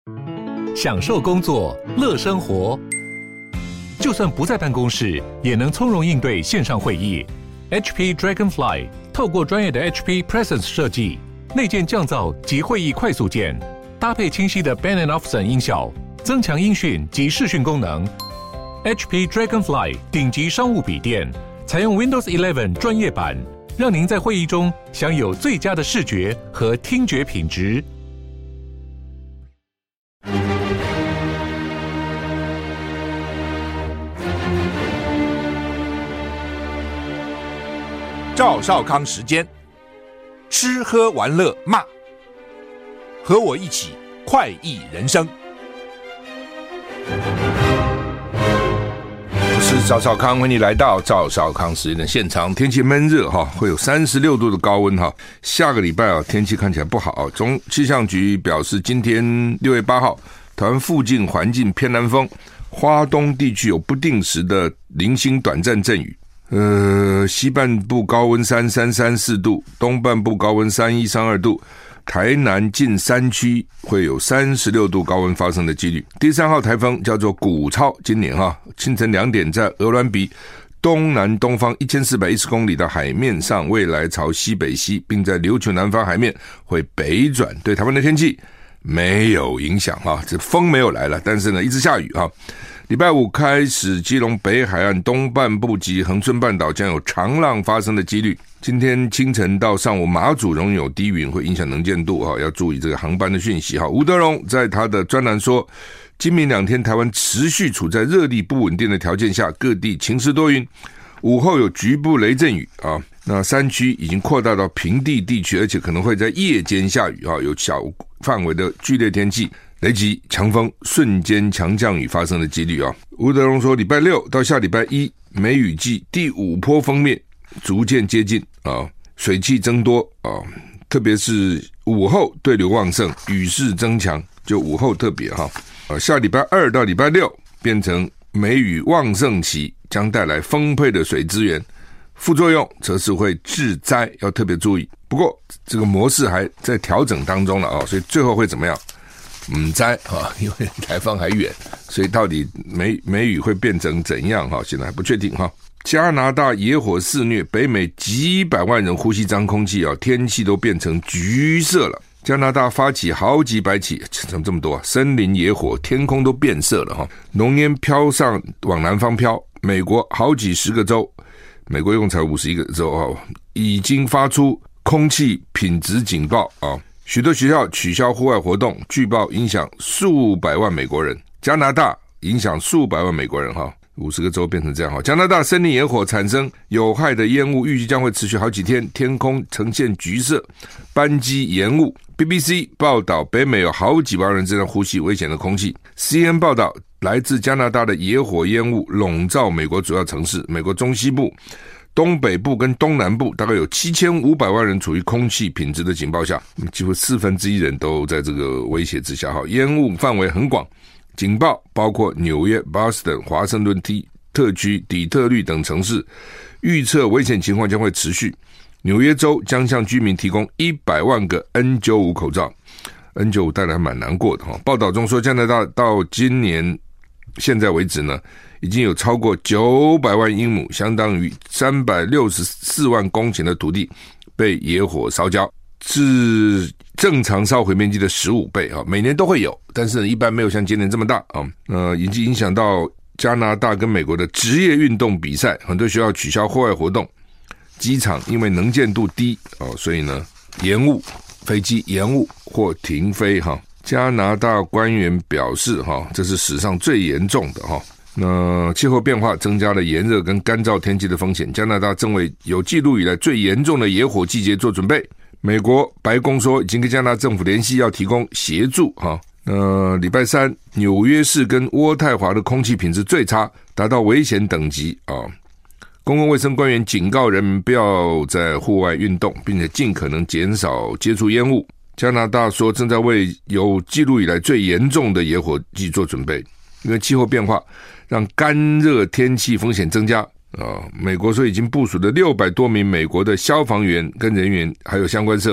享受工作，乐生活。就算不在办公室，也能从容应对线上会议。HP Dragonfly 透过专业的 HP Presence 设计，内建降噪及会议快速键，搭配清晰的 Bang & Olufsen 音效，增强音讯及视讯功能。HP Dragonfly 顶级商务笔电，采用 Windows 11专业版，让您在会议中享有最佳的视觉和听觉品质。 赵少康时间，吃喝玩乐骂，和我一起快意人生。我是赵少康，欢迎你来到赵少康时间的现场。天气闷热哈，会有36度的高温哈。下个礼拜啊，天气看起来不好。中气象局表示，今天6月8号，台湾附近环境偏南风，花东地区有不定时的零星短暂阵雨。西半部高温33-34度，东半部高温31-32度，台南近山区会有36度高温发生的几率。第3号台风叫做古超，今年清晨2点在鹅銮鼻东南东方1410公里的海面上，未来朝西北西，并在琉球南方海面会北转，对台湾的天气没有影响这风没有来了，但是呢一直下雨礼拜五开始，基隆北海岸东半部及恒春半岛将有长浪发生的几率。今天清晨到上午，马祖仍有低云，会影响能见度要注意这个航班的讯息吴德荣在他的专栏说，今明2天台湾持续处在热力不稳定的条件下，各地晴时多云，午后有局部雷阵雨那山区已经扩大到平地地区，而且可能会在夜间下雨有小范围的剧烈天气。雷击、强风、瞬间强降雨发生的几率吴德荣说，礼拜6到下礼拜1，梅雨季第5波锋面逐渐接近水汽增多特别是午后对流旺盛，雨势增强，就午后特别下礼拜2到礼拜6变成梅雨旺盛期，将带来丰沛的水资源，副作用则是会致灾，要特别注意。不过这个模式还在调整当中了所以最后会怎么样不知道因为台风还远，所以到底梅雨会变成怎样现在还不确定加拿大野火肆虐，北美几百万人呼吸脏空气天气都变成橘色了。加拿大发起好几百起，怎么这么多森林野火，天空都变色了浓烟飘上往南方飘。美国好几十个州，美国一共才51个州已经发出空气品质警报许多学校取消户外活动，据报影响数百万美国人。加拿大影响数百万美国人50个州变成这样加拿大森林野火产生有害的烟雾，预计将会持续好几天，天空呈现橘色，班机延误。BBC 报道，北美有好几万人正在呼吸危险的空气。CNN 报道，来自加拿大的野火烟雾笼罩美国主要城市，美国中西部、东北部跟东南部大概有7500万人处于空气品质的警报下，几乎1/4人都在这个威胁之下烟雾范围很广，警报包括纽约、波士顿、华盛顿特区、底特律等城市，预测危险情况将会持续。纽约州将向居民提供100万个 N95 口罩。N95 带来蛮难过的报道中说，加拿大到今年现在为止呢，已经有超过900万英亩，相当于364万公顷的土地被野火烧焦，是正常烧毁面积的15倍每年都会有，但是一般没有像今年这么大已经影响到加拿大跟美国的职业运动比赛，很多学校取消户外活动，机场因为能见度低所以呢延误，飞机延误或停飞加拿大官员表示这是史上最严重的那气候变化增加了炎热跟干燥天气的风险，加拿大正为有记录以来最严重的野火季节做准备。美国白宫说已经跟加拿大政府联系，要提供协助礼拜3纽约市跟渥太华的空气品质最差，达到危险等级公共卫生官员警告人民不要在户外运动，并且尽可能减少接触烟雾。加拿大说正在为有记录以来最严重的野火季做准备，因为气候变化让干热天气风险增加美国说已经部署了600多名美国的消防员跟人员还有相关设备，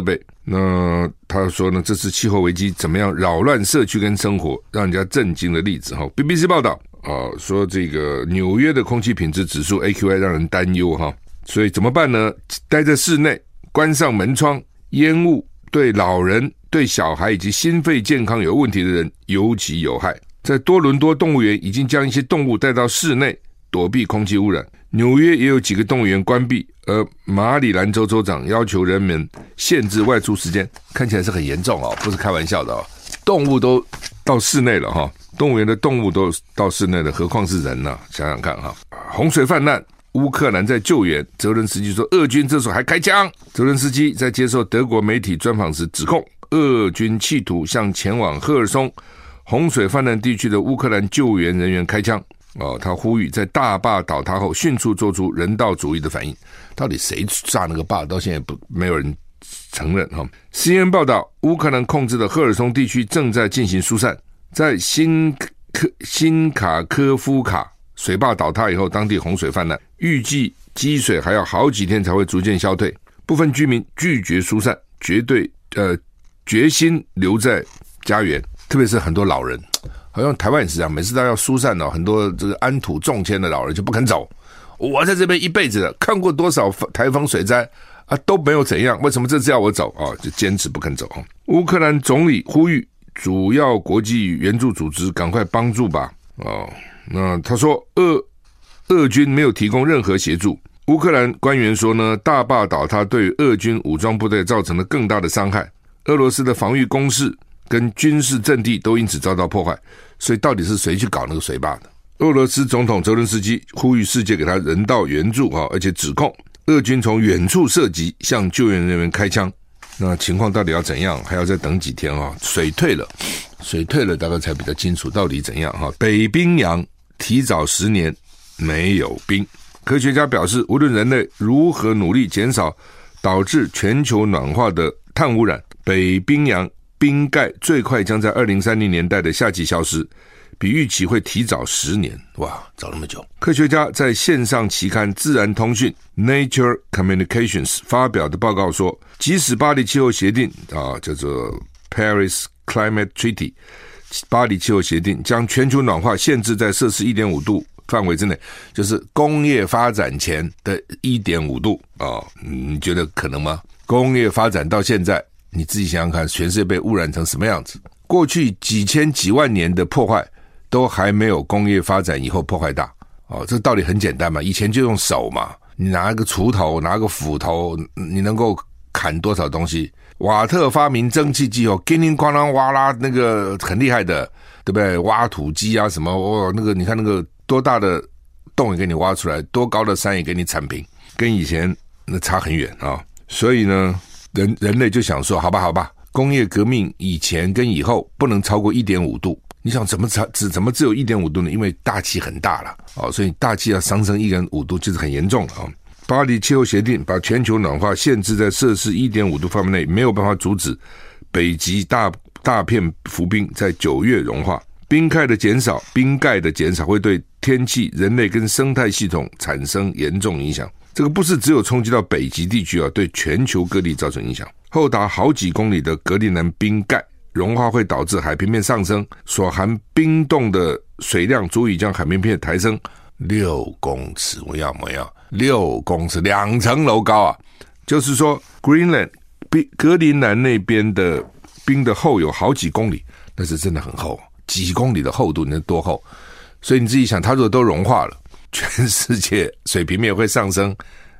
那他说呢，这次气候危机怎么样扰乱社区跟生活，让人家震惊的例子。BBC 报道说这个纽约的空气品质指数 AQI 让人担忧所以怎么办呢？待在室内，关上门窗，烟雾对老人、对小孩以及心肺健康有问题的人尤其有害。在多伦多动物园已经将一些动物带到室内躲避空气污染，纽约也有几个动物园关闭，而马里兰州州长要求人们限制外出时间，看起来是很严重不是开玩笑的动物都到室内了动物园的动物都到室内了，何况是人呢？想想看洪水泛滥，乌克兰在救援，泽伦斯基说俄军这时候还开枪。泽伦斯基在接受德国媒体专访时指控，俄军企图向前往赫尔松洪水泛滥地区的乌克兰救援人员开枪。他呼吁在大坝倒塌后迅速做出人道主义的反应。到底谁炸那个坝，到现在没有人承认CNN 报道，乌克兰控制的赫尔松地区正在进行疏散。在新卡科夫卡水坝倒塌以后，当地洪水泛滥，预计积水还要好几天才会逐渐消退。部分居民拒绝疏散，决心留在家园，特别是很多老人，好像台湾也是这样，每次都要疏散很多这个安土重迁的老人就不肯走。我在这边一辈子了，看过多少台风水灾都没有怎样，为什么这次要我走就坚持不肯走乌克兰总理呼吁主要国际援助组织赶快帮助吧那他说俄军没有提供任何协助。乌克兰官员说呢，大坝倒塌对于俄军武装部队造成了更大的伤害，俄罗斯的防御工事跟军事阵地都因此遭到破坏。所以到底是谁去搞那个水坝的？俄罗斯总统泽伦斯基呼吁世界给他人道援助而且指控俄军从远处射击向救援人员开枪。那情况到底要怎样，还要再等几天水退了大概才比较清楚到底怎样北冰洋提早10年没有冰。科学家表示，无论人类如何努力减少导致全球暖化的碳污染，北冰洋冰盖最快将在2030年代的夏季消失，比预期会提早10年。哇，早那么久。科学家在线上期刊《自然通讯》 Nature Communications 发表的报告说，即使巴黎气候协定叫做 Paris Climate Treaty， 巴黎气候协定将全球暖化限制在摄氏 1.5 度范围之内，就是工业发展前的 1.5 度你觉得可能吗？工业发展到现在，你自己想想看，全世界被污染成什么样子？过去几千几万年的破坏都还没有工业发展以后破坏大这道理很简单嘛，以前就用手嘛，你拿个锄头拿个斧头，你能够砍多少东西？瓦特发明蒸汽机后，叮叮哐啷哇啦，那个很厉害的，对不对？挖土机什么那个你看那个多大的洞也给你挖出来，多高的山也给你铲平，跟以前那差很远所以呢人类就想说，好吧，工业革命以前跟以后不能超过 1.5 度。你想怎么只有 1.5 度呢？因为大气很大了所以大气要上升 1.5 度就是很严重了巴黎气候协定把全球暖化限制在摄氏 1.5 度范围内，没有办法阻止北极大片浮冰在9月融化。冰盖的减少会对天气、人类跟生态系统产生严重影响。这个不是只有冲击到北极地区对全球各地造成影响。厚达好几公里的格陵兰冰盖融化会导致海平面上升，所含冰冻的水量足以将海平面抬升6公尺。我要6公尺，2层楼高就是说 Greenland 格陵兰那边的冰的厚有好几公里，那是真的很厚，几公里的厚度，那多厚？所以你自己想，它如果都融化了，全世界水平面会上升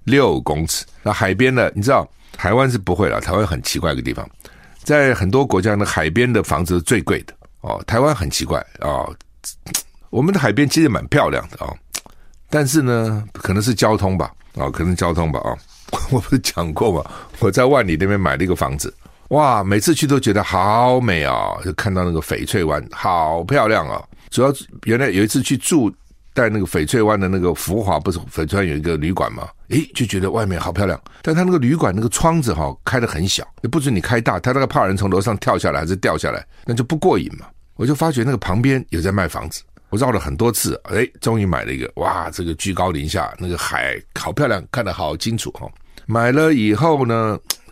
6公尺。那海边呢？你知道台湾是不会了，台湾很奇怪一个地方，在很多国家的海边的房子是最贵的台湾很奇怪我们的海边其实蛮漂亮的但是呢，可能是交通吧我不是讲过吗？我在万里那边买了一个房子，哇，每次去都觉得好美就看到那个翡翠湾好漂亮主要原来有一次去住在那个翡翠湾的那个福华，不是翡翠湾有一个旅馆吗？就觉得外面好漂亮，但他那个旅馆那个窗子开得很小，也不准你开大，他那个怕人从楼上跳下来还是掉下来，那就不过瘾嘛。我就发觉那个旁边有在卖房子，我绕了很多次终于买了一个，哇，这个居高临下，那个海好漂亮，看得好清楚买了以后呢，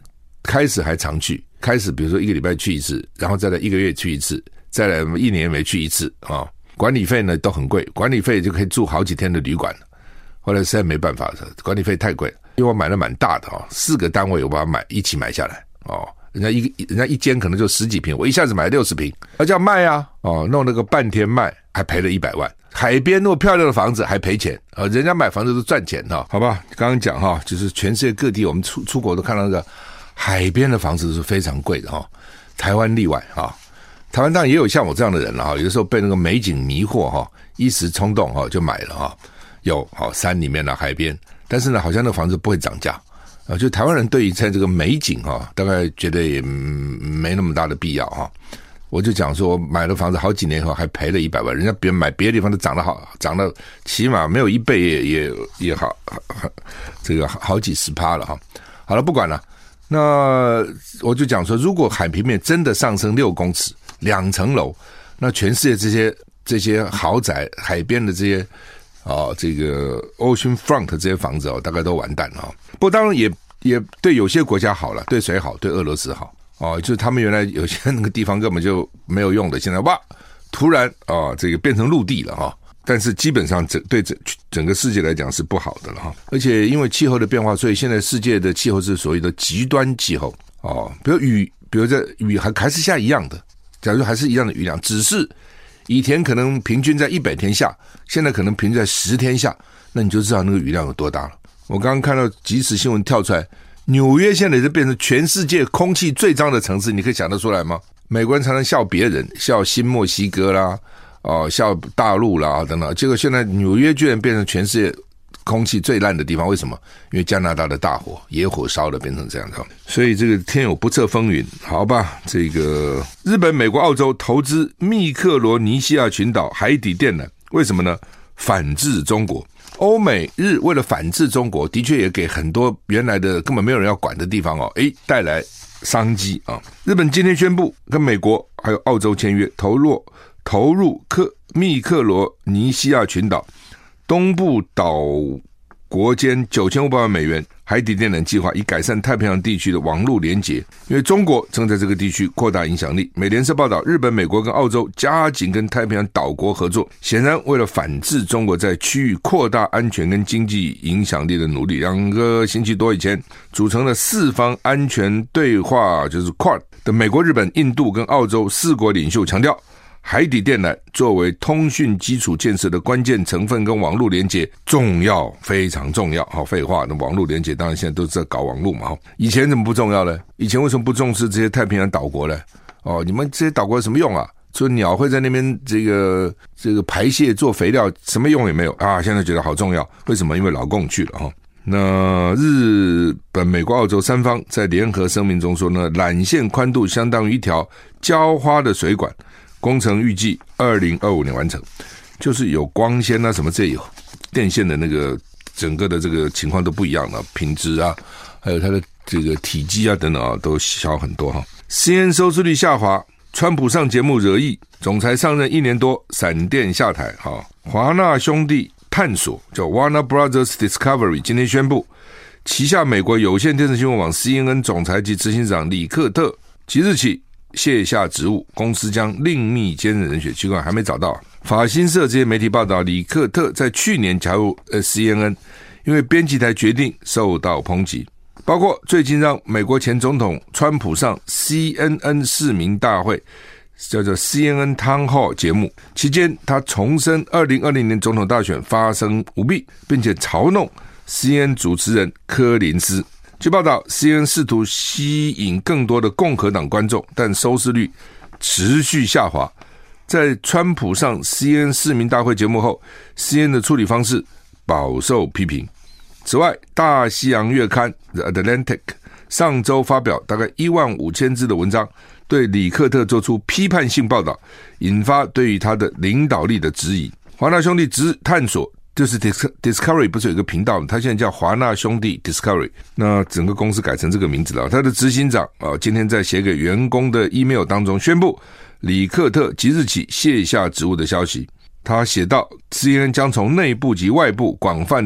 开始还常去，开始比如说1个礼拜去一次，然后再来1个月去一次，再来1年没去一次啊。管理费呢都很贵，管理费就可以住好几天的旅馆了。后来实在没办法了，管理费太贵了，因为我买的蛮大的4个单位我把它一起买下来人家一间可能就10几坪，我一下子买60坪，要叫卖啊弄那个半天卖还赔了100万。海边那么漂亮的房子还赔钱人家买房子都赚钱好吧。刚刚讲就是全世界各地我们出国都看到那个海边的房子是非常贵的台湾例外台湾当然也有像我这样的人了有的时候被那个美景迷惑一时冲动就买了有山里面的海边，但是呢好像那房子不会涨价就台湾人对于在这个美景大概觉得也没那么大的必要我就讲说买了房子好几年以后还赔了100万，人家别人买别的地方都涨得好，涨得起码没有1倍也好这个好几10%了好了不管了，那我就讲说如果海平面真的上升6公尺2层楼，那全世界这些豪宅海边的这些这个 ocean front 这些房子大概都完蛋了不过当然也对有些国家好了，对谁好？对俄罗斯好就是他们原来有些那个地方根本就没有用的，现在哇突然这个变成陆地了但是基本上对整个世界来讲是不好的了而且因为气候的变化，所以现在世界的气候是所谓的极端气候比如这雨还是下一样的，假如还是一样的雨量，只是以前可能平均在100天下，现在可能平均在10天下，那你就知道那个雨量有多大了。我刚刚看到即时新闻跳出来，纽约现在就变成全世界空气最脏的城市，你可以想得出来吗？美国人常常笑别人，笑新墨西哥啦笑大陆啦等等，结果现在纽约居然变成全世界空气最烂的地方，为什么？因为加拿大的大火，野火烧的变成这样的，所以这个天有不测风云，好吧？这个日本、美国、澳洲投资密克罗尼西亚群岛海底电缆，为什么呢？反制中国。欧美日为了反制中国，的确也给很多原来的根本没有人要管的地方带来商机日本今天宣布跟美国还有澳洲签约，投入密克罗尼西亚群岛东部岛国间9500万美元海底电缆计划，以改善太平洋地区的网络连结。因为中国正在这个地区扩大影响力。美联社报道，日本、美国跟澳洲加紧跟太平洋岛国合作，显然为了反制中国在区域扩大安全跟经济影响力的努力。2个星期多以前组成的4方安全对话，就是 QUAD 的美国、日本、印度跟澳洲4国领袖强调，海底电缆作为通讯基础建设的关键成分跟网络连接重要，非常重要。废话，那网络连接当然现在都是在搞网络嘛。以前怎么不重要呢？以前为什么不重视这些太平洋岛国呢？你们这些岛国有什么用啊？说鸟会在那边这个排泄做肥料，什么用也没有啊！现在觉得好重要，为什么？因为老共去了那日本、美国、澳洲3方在联合声明中说呢，缆线宽度相当于一条浇花的水管。工程预计2025年完成，就是有光纤啊什么这电线的那个整个的这个情况都不一样了，品质啊，还有它的这个体积啊等等都小很多CNN 收视率下滑，川普上节目惹议，总裁上任1年多，闪电下台华纳兄弟探索叫 Warner Brothers Discovery 今天宣布，旗下美国有线电视新闻网 CNN 总裁及执行长李克特即日起卸下职务，公司将另觅兼任人选，奇怪还没找到。法新社这些媒体报道，李克特在去年加入CNN， 因为编辑台决定受到抨击，包括最近让美国前总统川普上 CNN 市民大会，叫做 CNN Town Hall 节目，期间他重申2020年总统大选发生舞弊，并且嘲弄 CNN 主持人柯林斯。据报道 CNN 试图吸引更多的共和党观众，但收视率持续下滑。在川普上 CNN 市民大会节目后， CNN 的处理方式饱受批评。此外，大西洋月刊 The Atlantic 上周发表大概15000字的文章，对李克特做出批判性报道，引发对于他的领导力的质疑。华纳兄弟探索，就是 Discovery 不是有一个频道，他现在叫华纳兄弟 Discovery， 那整个公司改成这个名字了。他的执行长今天在写给员工的 email 当中宣布，李克特即日起卸下职务的消息。他写道， CNN 将从内部及外部广泛的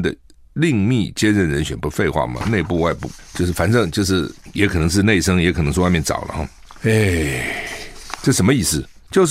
另觅接任人选，不废话嘛？内部外部就是反正就是也可能是内生，也可能是外面找了哈。这什么意思？就是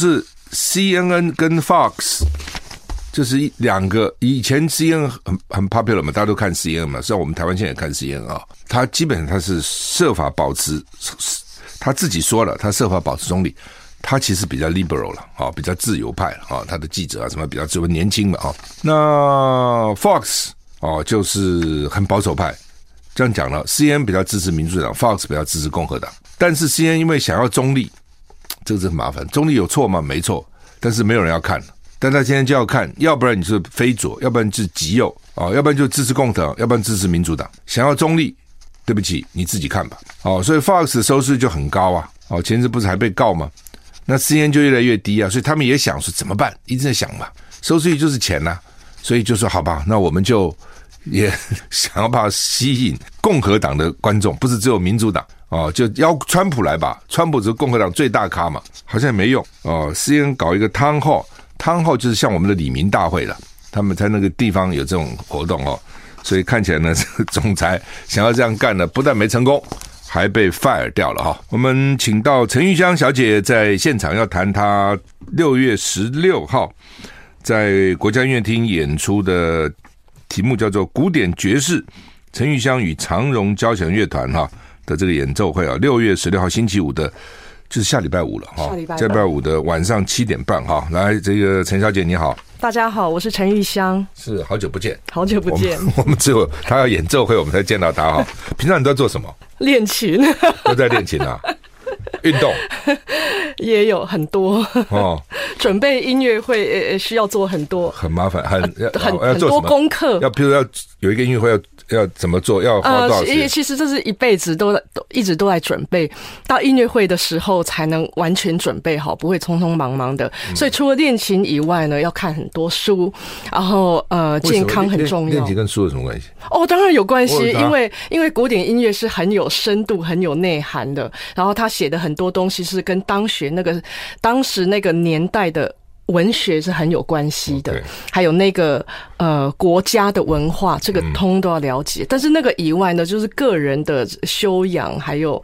CNN 跟 Fox 就是两个，以前 CNN 很 popular 嘛，大家都看 CNN 嘛，虽然我们台湾现在也看 CNN 啊，他基本上他是设法保持，他自己说了，他设法保持中立。他其实比较 liberal 了啊，比较自由派了啊，他的记者啊什么比较自由年轻嘛啊。那 Fox 哦就是很保守派，这样讲了 ，CNN 比较支持民主党 ，Fox 比较支持共和党。但是 CNN 因为想要中立，这个是很麻烦。中立有错吗？没错，但是没有人要看。但他现在就要看，要不然你是非左，要不然就是极右啊，要不然就支持共和党，要不然支持民主党。想要中立，对不起，你自己看吧。哦，所以 Fox 的收视率就很高啊。哦，前阵不是还被告吗？那 CNN 就越来越低啊，所以他们也想说怎么办，一直在想嘛，收视率就是钱啊，所以就说好吧，那我们就也想要把它吸引共和党的观众，不是只有民主党哦，就邀川普来吧，川普只是共和党最大咖嘛，好像也没用哦。CNN 搞一个town hall就是像我们的李明大会了，他们在那个地方有这种活动哦，所以看起来呢，这个总裁想要这样干呢，不但没成功。还被 fire 掉了哈。我们请到陈玉香小姐在现场要谈她6月16号在国家音乐厅演出的题目叫做古典爵士陈玉香与长荣交响乐团哈的这个演奏会啊，6月16号星期五的，就是下礼拜五了哈，下礼拜五的晚上7点半哈。来，这个陈小姐你好。 大家好，我是陈玉香。 是好久不见， 好久不见。 我们只有他要演奏会，我们才见到他哈。平常你都在做什么？ 练琴。 都在练琴啊？运动也有很多哦。准备音乐会需要做很多，很麻烦， 很多功课。 比如要有一个音乐会要怎么做？要花多少时间？ 其实这是一辈子都一直都在准备，到音乐会的时候才能完全准备好，不会匆匆忙忙的。所以除了练琴以外呢，要看很多书，然后健康很重要。 练琴跟书有什么关系？ 哦，当然有关系，因为古典音乐是很有深度、很有内涵的，然后他写的很多东西是跟当时那个年代的文学是很有关系的，还有那个国家的文化，这个通都要了解。但是那个以外呢，就是个人的修养，还有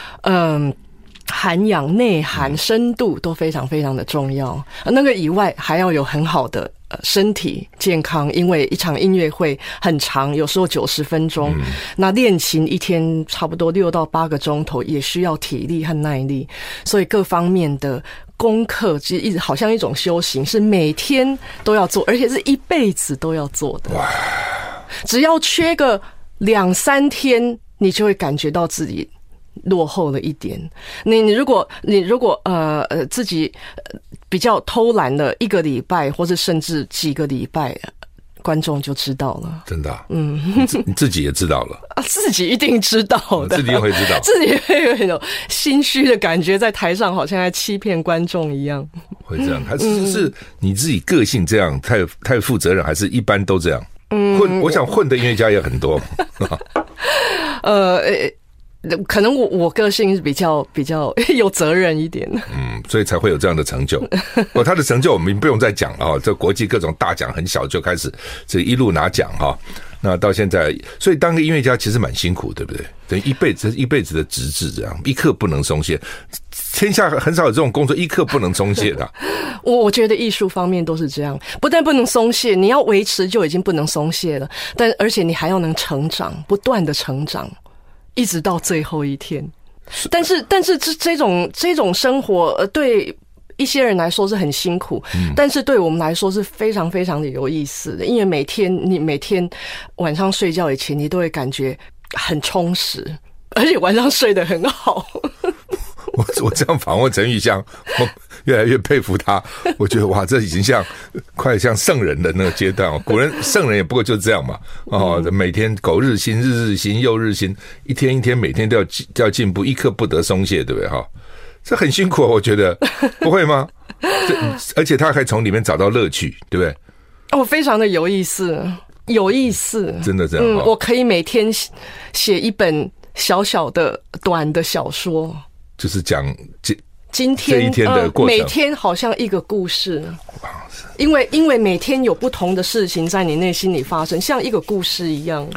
涵养、内涵、深度都非常非常的重要。那个以外还要有很好的身体健康，因为一场音乐会很长，有时候90分钟，那练琴一天差不多6到8个钟头，也需要体力和耐力，所以各方面的功课其实一直好像一种修行，是每天都要做，而且是一辈子都要做的。只要缺个2-3天，你就会感觉到自己落后了一点。你如果自己比较偷懒了1个礼拜，或者甚至几个礼拜，观众就知道了。 真的、啊？你自己也知道了啊？自己一定知道的， 自己也会知道， 自己会有一种心虚的感觉，在台上好像在欺骗观众一样。 会这样？还是你自己个性这样，太负责任，还是一般都这样？我想混的音乐家也很多。 可能我个性是比较有责任一点， 所以才会有这样的成就。他的成就我们不用再讲了哈，这国际各种大奖很小就开始这一路拿奖哈，那到现在，所以当个音乐家其实蛮辛苦，对不对？等于一辈子的职志，这样一刻不能松懈。天下很少有这种工作一刻不能松懈的。 我觉得艺术方面都是这样，不但不能松懈，你要维持就已经不能松懈了，而且你还要能成长，不断的成长。一直到最后一天，但是这种生活对一些人来说是很辛苦，但是对我们来说是非常非常的有意思的，因为你每天晚上睡觉以前，你都会感觉很充实，而且晚上睡得很好。 我这样访问陈玉香，我越来越佩服他。我觉得哇，这已经快像圣人的那个阶段哦。古人圣人也不过就这样嘛。每天苟日新，日日新，又日新，一天一天，每天都要进步，一刻不得松懈，对不对？哈，这很辛苦，我觉得不会吗？而且他还从里面找到乐趣，对不对？ 非常的有意思， 真的这样。 我可以每天写一本小小的短的小说。 就是讲今天这一天的过程， 每天好像一个故事。 因为每天有不同的事情在你内心里发生，像一个故事一样。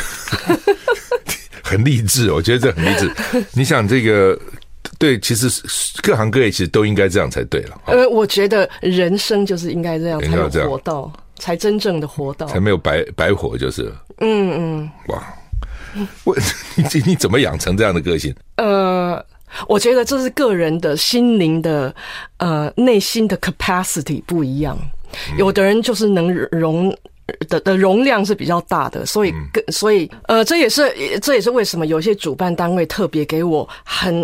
很励志，我觉得这很励志。你想这个，对，其实各行各业其实都应该这样才对了。 我觉得人生就是应该这样，才有活到，才真正的活到， 才没有白活，就是了。哇，你怎么养成这样的个性？ 我觉得这是个人的心灵的内心的 capacity 不一样，有的人就是能容量是比较大的，所以这也是为什么有些主办单位特别给我很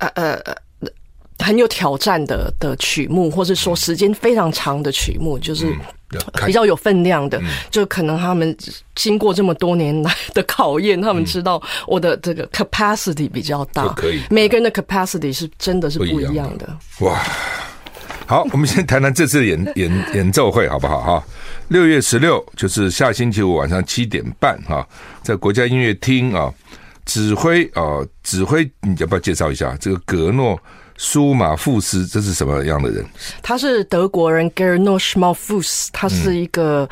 有挑战的曲目，或是说时间非常长的曲目，就是比较有分量的，就可能他们经过这么多年来的考验，他们知道我的这个 capacity 比较大，可以，每个人的 capacity 是真的是不一样的。哇， 好，我们先谈谈这次的演奏会好不好哈？6月16就是下星期五晚上7点半哈，在国家音乐厅啊，指挥你要不要介绍一下这个格诺舒马富斯？这是什么样的人？ 他是德国人 Gernot Schmalfuß， 他是一个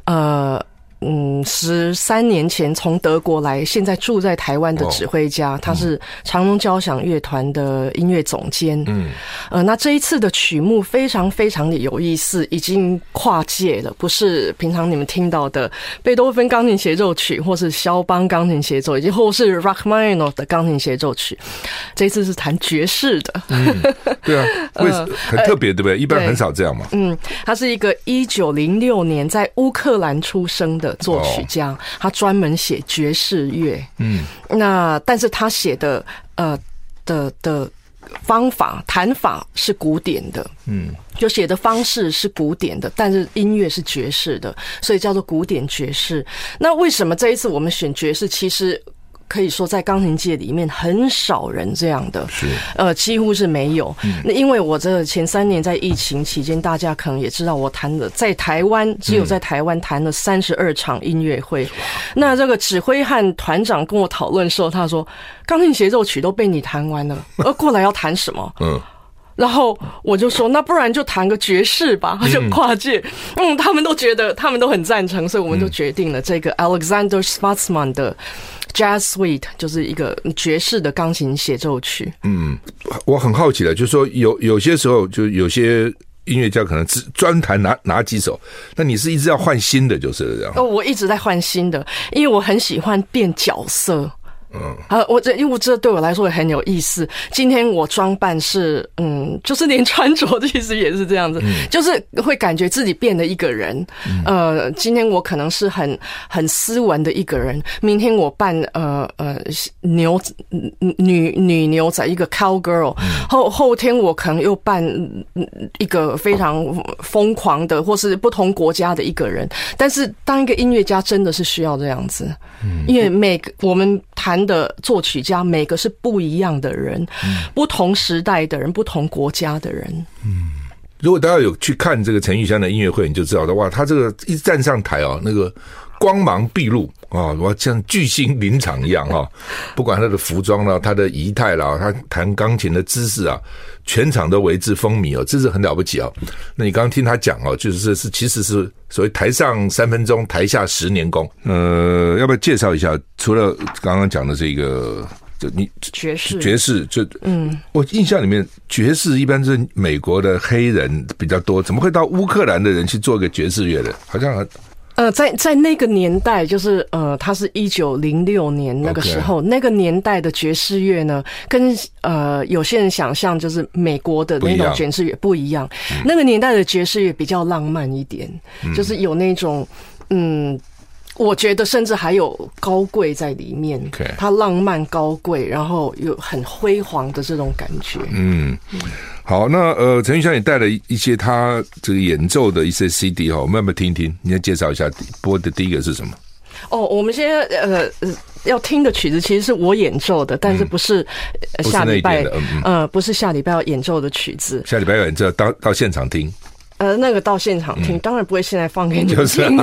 13年前从德国来，现在住在台湾的指挥家，他是长隆交响乐团的音乐总监。那这一次的曲目非常非常的有意思，已经跨界了，不是平常你们听到的贝多芬钢琴协奏曲，或是肖邦钢琴协奏，以及或是 Rachmaninoff 的钢琴协奏曲。这一次是弹爵士的。 对啊，很特别，对不对？一般很少这样嘛。 他是一个1906年在乌克兰出生的作曲家，他专门写爵士乐。但是他写的方法弹法是古典的，就写的方式是古典的，但是音乐是爵士的，所以叫做古典爵士。那为什么这一次我们选爵士？其实可以说在钢琴界里面很少人这样的，几乎是没有。那因为我这前3年在疫情期间，大家可能也知道，我弹的在台湾只有在台湾弹了32场音乐会。那这个指挥和团长跟我讨论的时候，他说钢琴协奏曲都被你弹完了，过来要弹什么？然后我就说，那不然就弹个爵士吧，就跨界。他们都觉得，他们都很赞成，所以我们就决定了这个 Alexander Schwarzman 的 Jazz Suite， 就是一个爵士的钢琴协奏曲。 我很好奇的，就是说有些时候，就有些音乐家可能只专弹哪几首，那你是一直要换新的，就是这样。 我一直在换新的，因为我很喜欢变角色。因为这对我来说也很有意思。今天我装扮是，就是连穿着其实也是这样子，就是会感觉自己变了一个人。今天我可能是很斯文的一个人，明天我扮女牛仔，一个 cowgirl，后天我可能又扮一个非常疯狂的，或是不同国家的一个人。但是当一个音乐家真的是需要这样子，因为我们弹的作曲家每个是不一样的人，不同时代的人，不同国家的人。 如果大家有去看这个陈玉香的音乐会，你就知道的，哇，他这个一站上台那个光芒毕露哇，像巨星临场一样不管他的服装啦，他的仪态啦，他弹钢琴的姿势啊，全场都为之风靡这是很了不起那你刚刚听他讲就是其实是所谓台上3分钟，台下10年功。要不要介绍一下？除了刚刚讲的这个，就你爵士就我印象里面爵士一般是美国的黑人比较多，怎么会到乌克兰的人去做个爵士乐的？好像在那个年代，就是它是1906年那个时候，那个年代的爵士乐呢，跟有些人想象就是美国的那种爵士乐不一样。那个年代的爵士乐比较浪漫一点，就是有那种我觉得甚至还有高贵在里面，它浪漫高贵，然后有很辉煌的这种感觉。 好，那陈玉香也带了一些他这个演奏的一些 CD 我们要不要听一听？你要介绍一下播的第一个是什么？ 我们现在要听的曲子其实是我演奏的，但是不是下礼拜不是下礼拜要演奏的曲子， 下礼拜要演奏到现场听。 那个到现场听，当然不会现在放给你们听。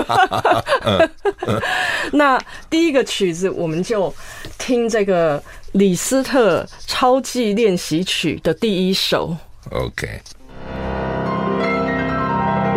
那第一个曲子，我们就听这个李斯特超级练习曲的第1首。 OK。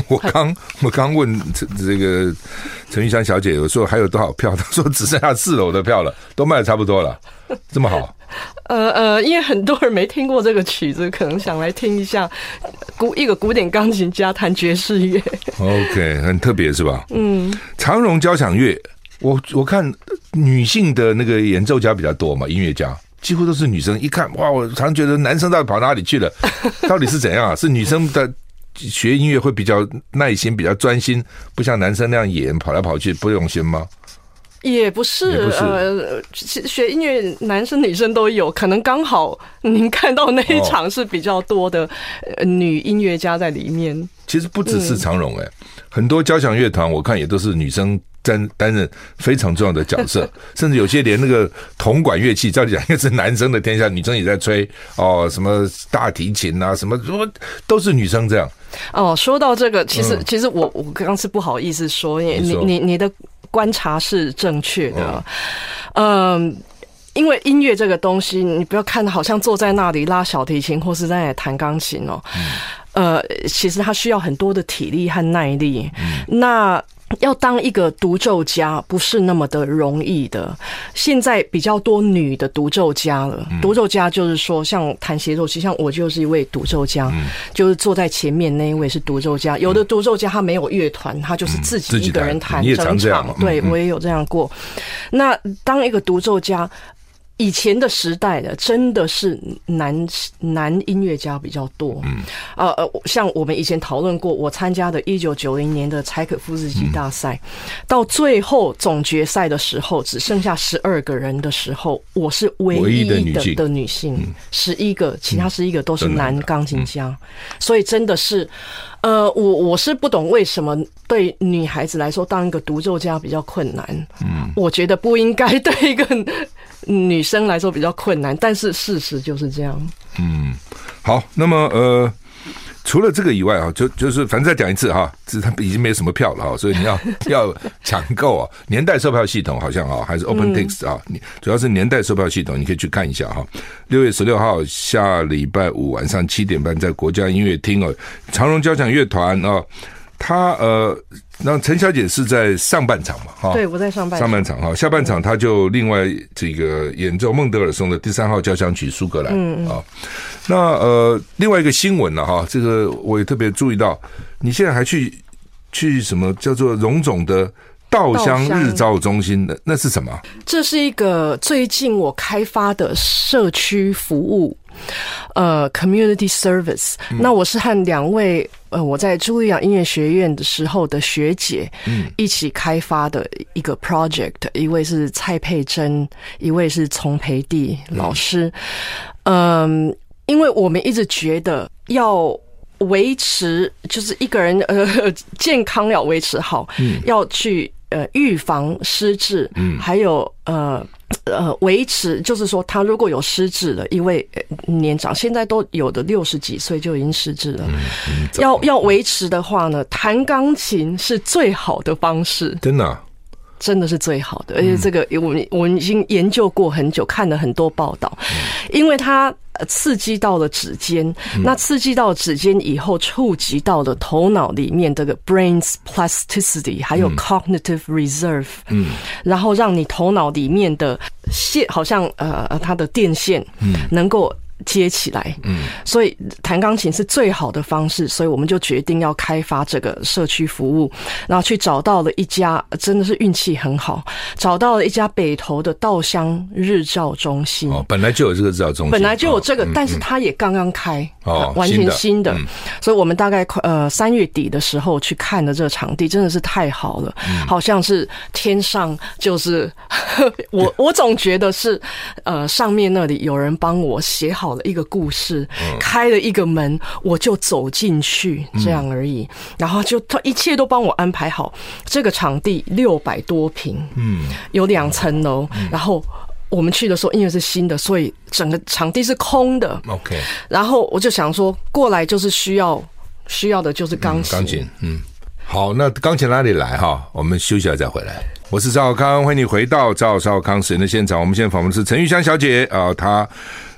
我刚问这个陈玉香小姐，有说还有多少票？她说只剩下4楼的票了，都卖得差不多了，这么好。 因为很多人没听过这个曲子，可能想来听一下一个古典钢琴家弹爵士乐。 OK， 很特别是吧？长荣交响乐，我看女性的那个演奏家比较多嘛，音乐家几乎都是女生。一看哇，我常觉得男生到底跑哪里去了？到底是怎样啊？是女生的学音乐会比较耐心、比较专心，不像男生那样演跑来跑去不用心吗？ 也不是，学音乐男生女生都有，可能刚好您看到那一场是比较多的女音乐家在里面。 其实不只是长荣很多交响乐团我看也都是女生担任非常重要的角色，甚至有些连那个铜管乐器，照理讲应该是男生的天下，女生也在吹什么大提琴啊，什么都是女生这样。 说到这个，其实我刚刚是不好意思说，你的观察是正确的，因为音乐这个东西，你不要看好像坐在那里拉小提琴或是在那里弹钢琴其实它需要很多的体力和耐力。那要当一个独奏家不是那么的容易的，现在比较多女的独奏家了。独奏家就是说像弹协奏器，像我就是一位独奏家，就是坐在前面那一位是独奏家。有的独奏家他没有乐团，他就是自己一个人弹整场。对，我也有这样过。那当一个独奏家，以前的时代的真的是男音乐家比较多。像我们以前讨论过，我参加的1990年的柴可夫斯基大赛，到最后总决赛的时候只剩下12个人的时候，我是唯一的女性，11个，其他11个都是男钢琴家。所以真的是我是不懂为什么对女孩子来说当一个独奏家比较困难。我觉得不应该对一个女生来说比较困难，但是事实就是这样。 好，那么除了这个以外就是反正再讲一次它已经没什么票了所以你要抢购年代售票系统好像还是 OpenTix 主要是年代售票系统，你可以去看一下6月16号下礼拜五晚上7点半在国家音乐厅长荣交响乐团他那陈小姐是在上半场嘛对，我在上半场下半场他就另外这个演奏孟德尔松的第3号交响曲苏格兰那另外一个新闻这个我也特别注意到，你现在还去什么叫做荣总的稻香日照中心，那是什么？ 这是一个最近我开发的社区服务community service。那我是和2位我在茱莉亚音乐学院的时候的学姐一起开发的一个 project，一位是蔡佩珍，一位是丛培地老师。因为我们一直觉得要维持，就是一个人健康要维持好，要去预防失智，还有维持，就是说他如果有失智了，因为年长，现在都有的60几岁就已经失智了，要维持的话呢，弹钢琴是最好的方式。真的是最好的，而且这个我已经研究过很久，看了很多报道，因为它刺激到了指尖，那刺激到指尖以后，触及到了头脑里面这个 brain's plasticity， 还有 cognitive reserve，然后让你头脑里面的线，好像它的电线能够接起来，所以弹钢琴是最好的方式，所以我们就决定要开发这个社区服务，然后去找到了一家，真的是运气很好，找到了一家北投的稻香日照中心。 本来就有这个日照中心， 本来就有这个，但是它也刚刚开，完全新的，所以我们大概3月底的时候去看了这个场地，真的是太好了，好像是天上就是我总觉得是上面那里有人帮我写好了一个故事，开了一个门，我就走进去，这样而已。然后就他一切都帮我安排好。这个场地600多坪，有2层楼，然后我们去的时候因为是新的，所以整个场地是空的。OK， 然后我就想说，过来就是需要的就是钢琴。 好，那钢琴哪里来我们休息一下再回来。我是赵少康，欢迎你回到赵少康时间的现场。我们现在访问的是陈玉香小姐她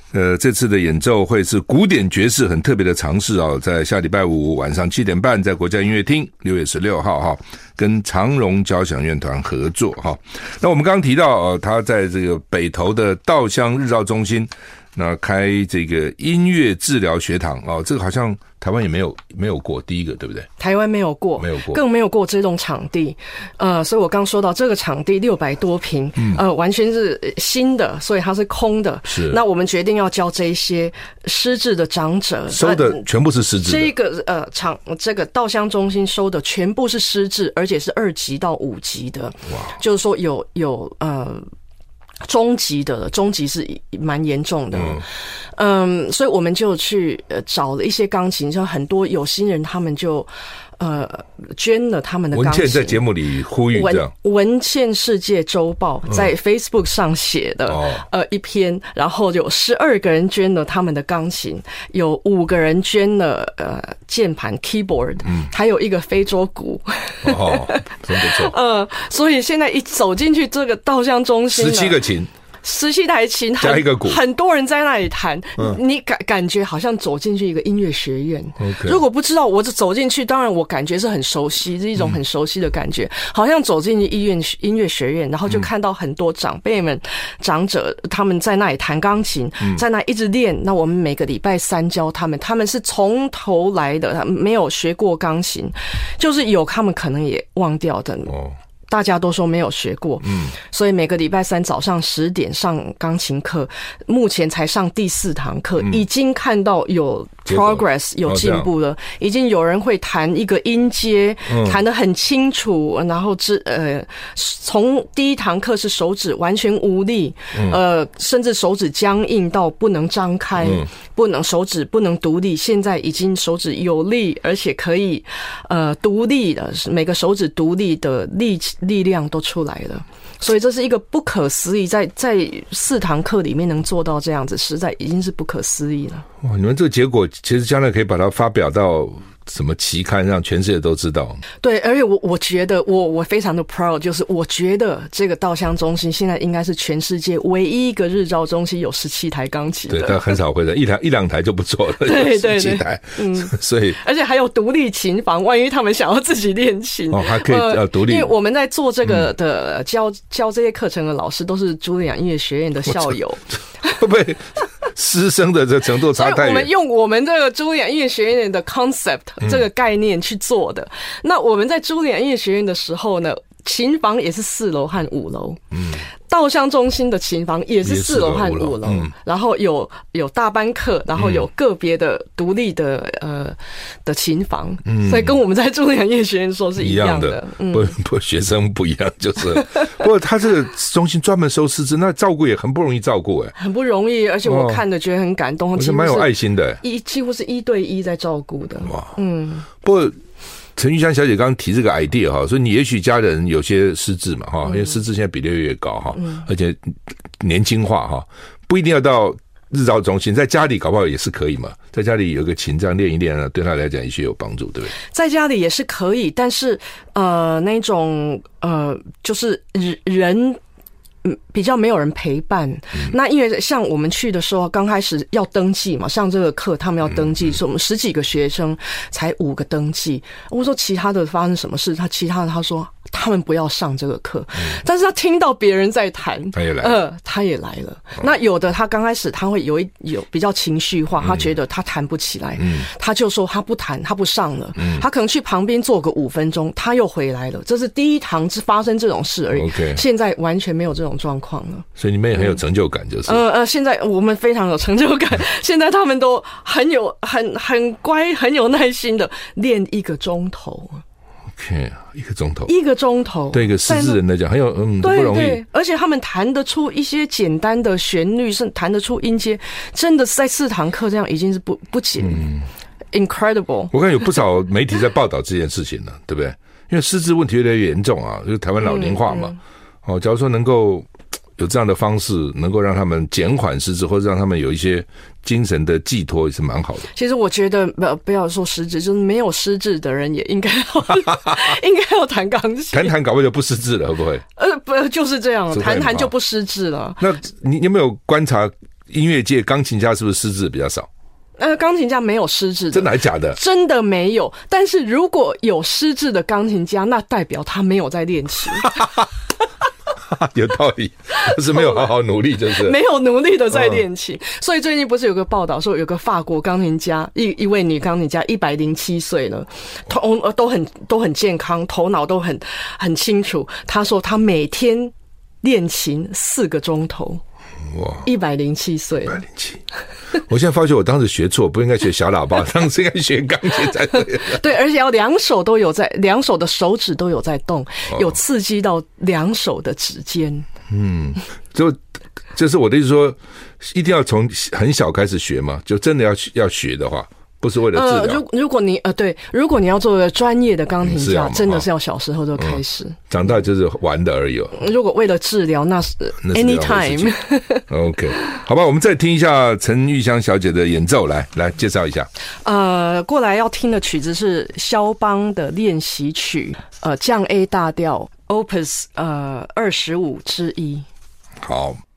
这次的演奏会是古典爵士很特别的尝试啊，在下礼拜五晚上7点半在国家音乐厅6月16号哈，跟长荣交响乐团合作哈。那我们刚刚提到他在这个北投的稻香日照中心那开这个音乐治疗学堂这个好像台湾也没有过第一个，对不对？ 台湾没有过，更没有过这种场地。所以我刚说到这个场地600多坪，完全是新的，所以它是空的。 是。 那我们决定要教这些失智的长者， 收的全部是失智的。 这个这个稻香中心收的全部是失智，而且是2级到5级的。哇！就是说有中级的，中级是蛮严重的。所以我们就去找了一些钢琴，像很多有心人，他们就捐了他们的钢琴。 文茜在节目里呼吁这样， 文茜世界周报在 Facebook 上写的一篇，然后有12个人捐了他们的钢琴，有5个人捐了键盘 keyboard，还有一个非洲鼓。 真不错。 所以现在一走进去这个稻香中心 ，17个琴。 17台琴加一个鼓， 很多人在那里弹，你感觉好像走进去一个音乐学院。如果不知道，我走进去，当然我感觉是很熟悉，是一种很熟悉的感觉，好像走进去音乐学院，然后就看到很多长辈们、长者他们在那里弹钢琴，在那一直练。那我们每个礼拜3教他们是从头来的，他们没有学过钢琴，就是有他们可能也忘掉的。大家都说没有学过，所以每个礼拜3早上10点上钢琴课，目前才上第4堂课，已经看到有 progress 有进步了，已经有人会弹一个音阶，弹得很清楚，然后从第1堂课是手指完全无力，甚至手指僵硬到不能张开，手指不能独立，现在已经手指有力，而且可以独立的，每个手指独立的力量都出来了，所以这是一个不可思议，在4堂课里面能做到这样子，实在已经是不可思议了。 哇，你们这个结果其实将来可以把它发表到什么期刊让全世界都知道。 对，而且我觉得我非常的 proud， 就是我觉得这个稻香中心现在应该是全世界唯一一个日照中心有17台钢琴的。 对，但很少会的，一两台就不错了。 对 17台，所以而且还有独立琴房，万一他们想要自己练琴， 还可以独立。 因为我们在做这个的教这些课程的老师都是茱莉亚音乐学院的校友， 会不会师生的这程度差太远？ 我们用我们这个茱莉亚音乐学院的 concept 这个概念去做的。那我们在茱莉亚音乐学院的时候呢，琴房也是4楼和5楼。稻香中心的琴房也是4楼和5楼，然后有大班课，然后有个别的独立的琴房，所以跟我们在茱莉亚音乐学院说是一样的。 不，学生不一样，就是。不过他这个中心专门收师资，那照顾也很不容易照顾， 很不容易，而且我看的觉得很感动， 而且蛮有爱心的， 几乎是1对1在照顾的。哇， 不过陈玉香小姐刚刚提这个 idea 哈，所以你也许家人有些失智嘛哈，因为失智现在比例越高哈，而且年轻化哈，不一定要到日照中心，在家里搞不好也是可以嘛，在家里有个琴这样练一练呢，对他来讲也许有帮助，对不对？ 在家里也是可以，但是那种就是人。比较没有人陪伴，那因为像我们去的时候，刚开始要登记嘛，上这个课他们要登记，所以我们10几个学生才5个登记。我说其他的发生什么事？他说他们不要上这个课，但是他听到别人在弹，他也来了。那有的他刚开始他会有比较情绪化，他觉得他弹不起来，他就说他不弹，他不上了，他可能去旁边坐个5分钟，他又回来了。这是第1堂是发生这种事而已，现在完全没有这种状况了。 所以你们也很有成就感，就是。 现在我们非常有成就感，现在他们都很乖，很有耐心的练1个钟头。 OK， 1个钟头。 1个钟头， 对一个失智人来讲，很有不容易。 对，而且他们弹得出一些简单的旋律，是弹得出音阶，真的是在4堂课这样已经是不简。incredible。 我看有不少媒体在报道这件事情了，对不对？因为失智问题越来越严重啊，就是台湾老龄化嘛。假如说能够有这样的方式，能够让他们减缓失智，或者让他们有一些精神的寄托，也是蛮好的。 其实我觉得不要说失智，就是没有失智的人也应该要弹钢琴。 弹搞不好就不失智了，会不会？ 不就是这样，弹就不失智了。 那你有没有观察音乐界钢琴家是不是失智比较少？ 钢琴家没有失智的， 真的还假的？ 真的没有。但是如果有失智的钢琴家，那代表他没有在练琴。 有道理，就是没有好好努力，就是没有努力的在练琴。所以最近不是有个报道说，有个法国钢琴家，一位女钢琴家107岁了，都很健康，头脑都很清楚。她说她每天练琴4个钟头。哇，107岁了。 107，我现在发觉我当时学错，不应该学小喇叭，当时应该学钢琴才对。 对，而且要2手都有在，2手的手指都有在动，有刺激到2手的指尖。 就是我的意思说，一定要从很小开始学嘛，就真的要学的话。不是为了治疗。 如果你如果你要做个专业的钢琴家，真的是要小时候就开始。 长大就是玩的而已哦。 如果为了治疗，那是 anytime。 OK， 好吧，我们再听一下陈玉香小姐的演奏，来介绍一下。 过来要听的曲子是肖邦的练习曲，降 A 大调 Opus 25之1。 好。